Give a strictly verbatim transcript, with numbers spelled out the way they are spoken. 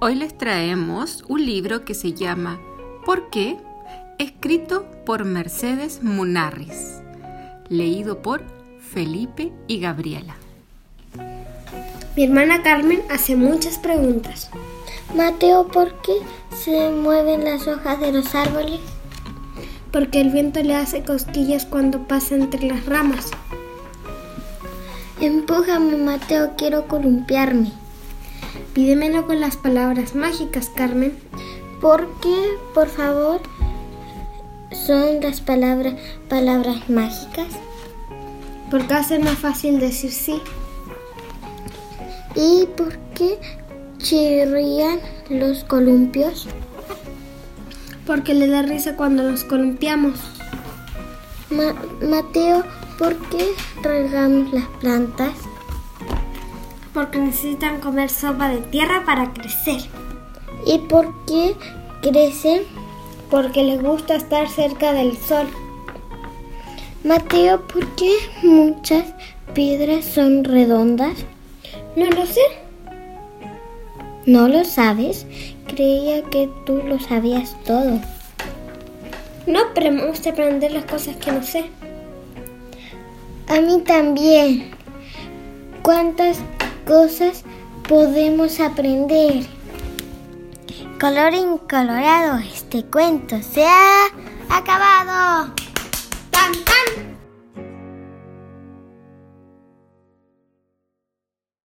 Hoy les traemos un libro que se llama ¿Por qué?, escrito por Mercedes Munarriz, leído por Felipe y Gabriela. Mi hermana Carmen hace muchas preguntas. Mateo, ¿por qué se mueven las hojas de los árboles? Porque el viento le hace cosquillas cuando pasa entre las ramas. Empújame, Mateo, quiero columpiarme. Pídemelo con las palabras mágicas, Carmen. ¿Por qué, por favor, son las palabras, palabras mágicas? Porque hace más fácil decir sí. ¿Y por qué chirrían los columpios? Porque le da risa cuando nos columpiamos. Ma- Mateo, ¿por qué regamos las plantas? Porque necesitan comer sopa de tierra para crecer. ¿Y por qué crecen? Porque les gusta estar cerca del sol. Mateo, ¿por qué muchas piedras son redondas? No lo sé. ¿No lo sabes? Creía que tú lo sabías todo. No, pero me gusta aprender las cosas que no sé. A mí también. ¿Cuántas cosas podemos aprender? Colorín colorado, este cuento se ha acabado.